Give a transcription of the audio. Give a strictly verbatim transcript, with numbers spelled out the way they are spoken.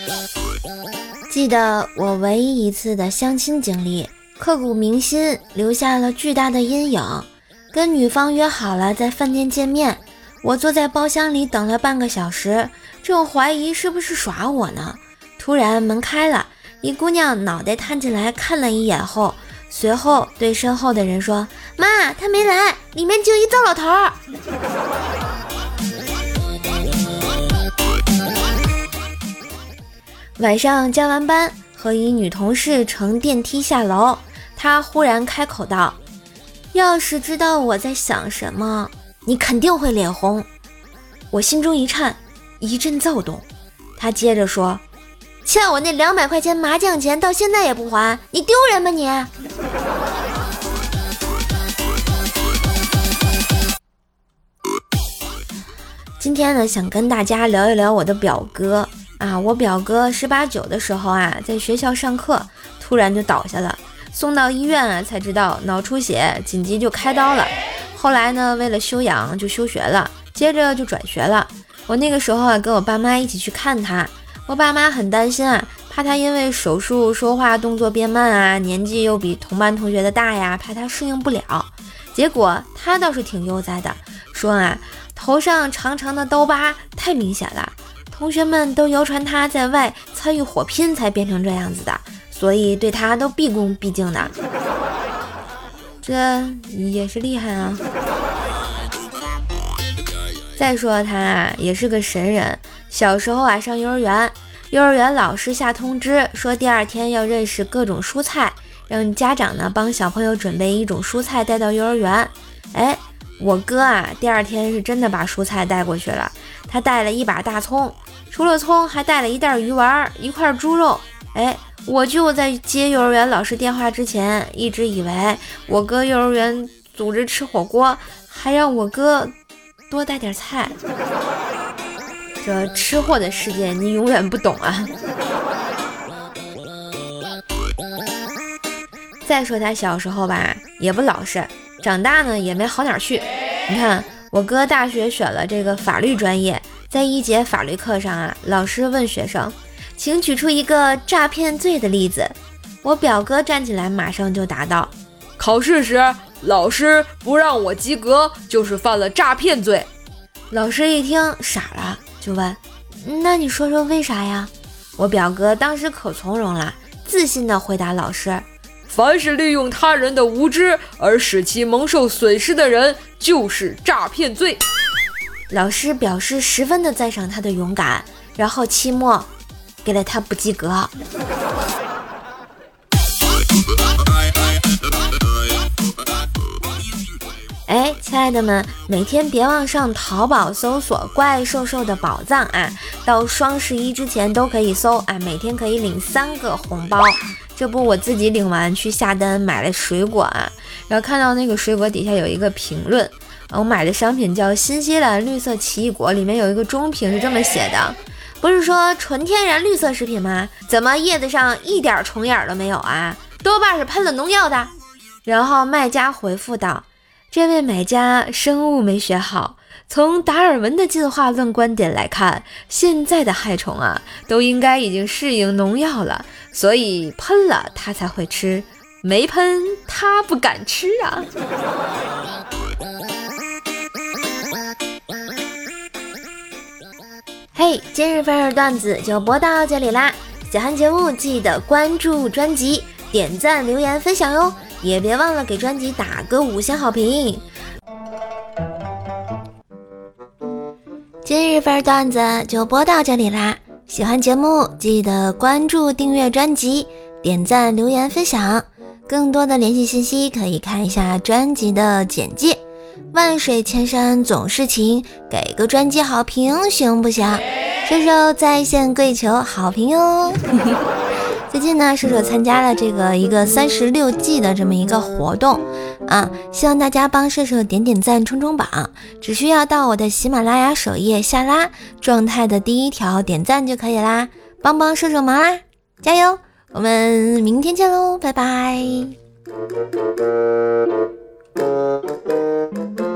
记得我唯一一次的相亲经历，刻骨铭心，留下了巨大的阴影。跟女方约好了在饭店见面，我坐在包厢里等了半个小时，正怀疑是不是耍我呢，突然门开了，一姑娘脑袋探进来看了一眼后，随后对身后的人说：妈，他没来，里面就一糟老头儿。晚上加完班，和一女同事乘电梯下楼，她忽然开口道：要是知道我在想什么，你肯定会脸红。我心中一颤，一阵躁动。她接着说：欠我那两百块钱麻将钱到现在也不还，你丢人吗你？今天呢，想跟大家聊一聊我的表哥啊。我表哥十八九的时候啊，在学校上课，突然就倒下了，送到医院啊，才知道脑出血，紧急就开刀了。后来呢，为了休养就休学了，接着就转学了。我那个时候啊，跟我爸妈一起去看他，我爸妈很担心啊，怕他因为手术说话动作变慢啊，年纪又比同班同学的大呀，怕他适应不了。结果他倒是挺悠哉的，说啊，头上长长的刀疤太明显了，同学们都谣传他在外参与火拼才变成这样子的，所以对他都毕恭毕敬的。这也是厉害啊。再说他啊，也是个神人。小时候啊，上幼儿园，幼儿园老师下通知说第二天要认识各种蔬菜，让家长呢帮小朋友准备一种蔬菜带到幼儿园。哎，我哥啊，第二天是真的把蔬菜带过去了。他带了一把大葱，除了葱还带了一袋鱼丸，一块猪肉。哎，我就在接幼儿园老师电话之前，一直以为我哥幼儿园组织吃火锅，还让我哥多带点菜。这吃货的世界你永远不懂啊。再说他小时候吧，也不老实，长大呢也没好哪儿去。你看我哥大学选了这个法律专业，在一节法律课上啊，老师问学生，请举出一个诈骗罪的例子。我表哥站起来马上就答道： 考试时老师不让我及格，就是犯了诈骗罪。 老师一听傻了，就问：那你说说为啥呀？我表哥当时可从容了，自信地回答老师： 凡是利用他人的无知而使其蒙受损失的人，就是诈骗罪。 老师表示十分的赞赏他的勇敢，然后期末给了他不及格。哎，亲爱的们，每天别忘上淘宝搜索怪兽兽的宝藏啊，到双十一之前都可以搜啊，每天可以领三个红包。这不我自己领完去下单买了水果啊，然后看到那个水果底下有一个评论，我买的商品叫新西兰绿色奇异果，里面有一个中评是这么写的：不是说纯天然绿色食品吗？怎么叶子上一点虫眼都没有啊？多半是喷了农药的。然后卖家回复道：这位买家生物没学好，从达尔文的进化论观点来看，现在的害虫啊都应该已经适应农药了，所以喷了它才会吃，没喷它不敢吃啊。嘿，今日份段子就播到这里啦，喜欢节目记得关注专辑，点赞留言分享哟，也别忘了给专辑打个五星好评。今日份段子就播到这里啦，喜欢节目记得关注订阅专辑，点赞留言分享。更多的联系信息可以看一下专辑的简介。万水千山总是情，给个专辑好评行不行？射手在线跪求好评哟。最近呢，射手参加了这个一个三十六计的这么一个活动啊，希望大家帮射手点点赞冲冲榜，只需要到我的喜马拉雅首页下拉状态的第一条点赞就可以啦，帮帮射手忙啦，加油！我们明天见喽，拜拜。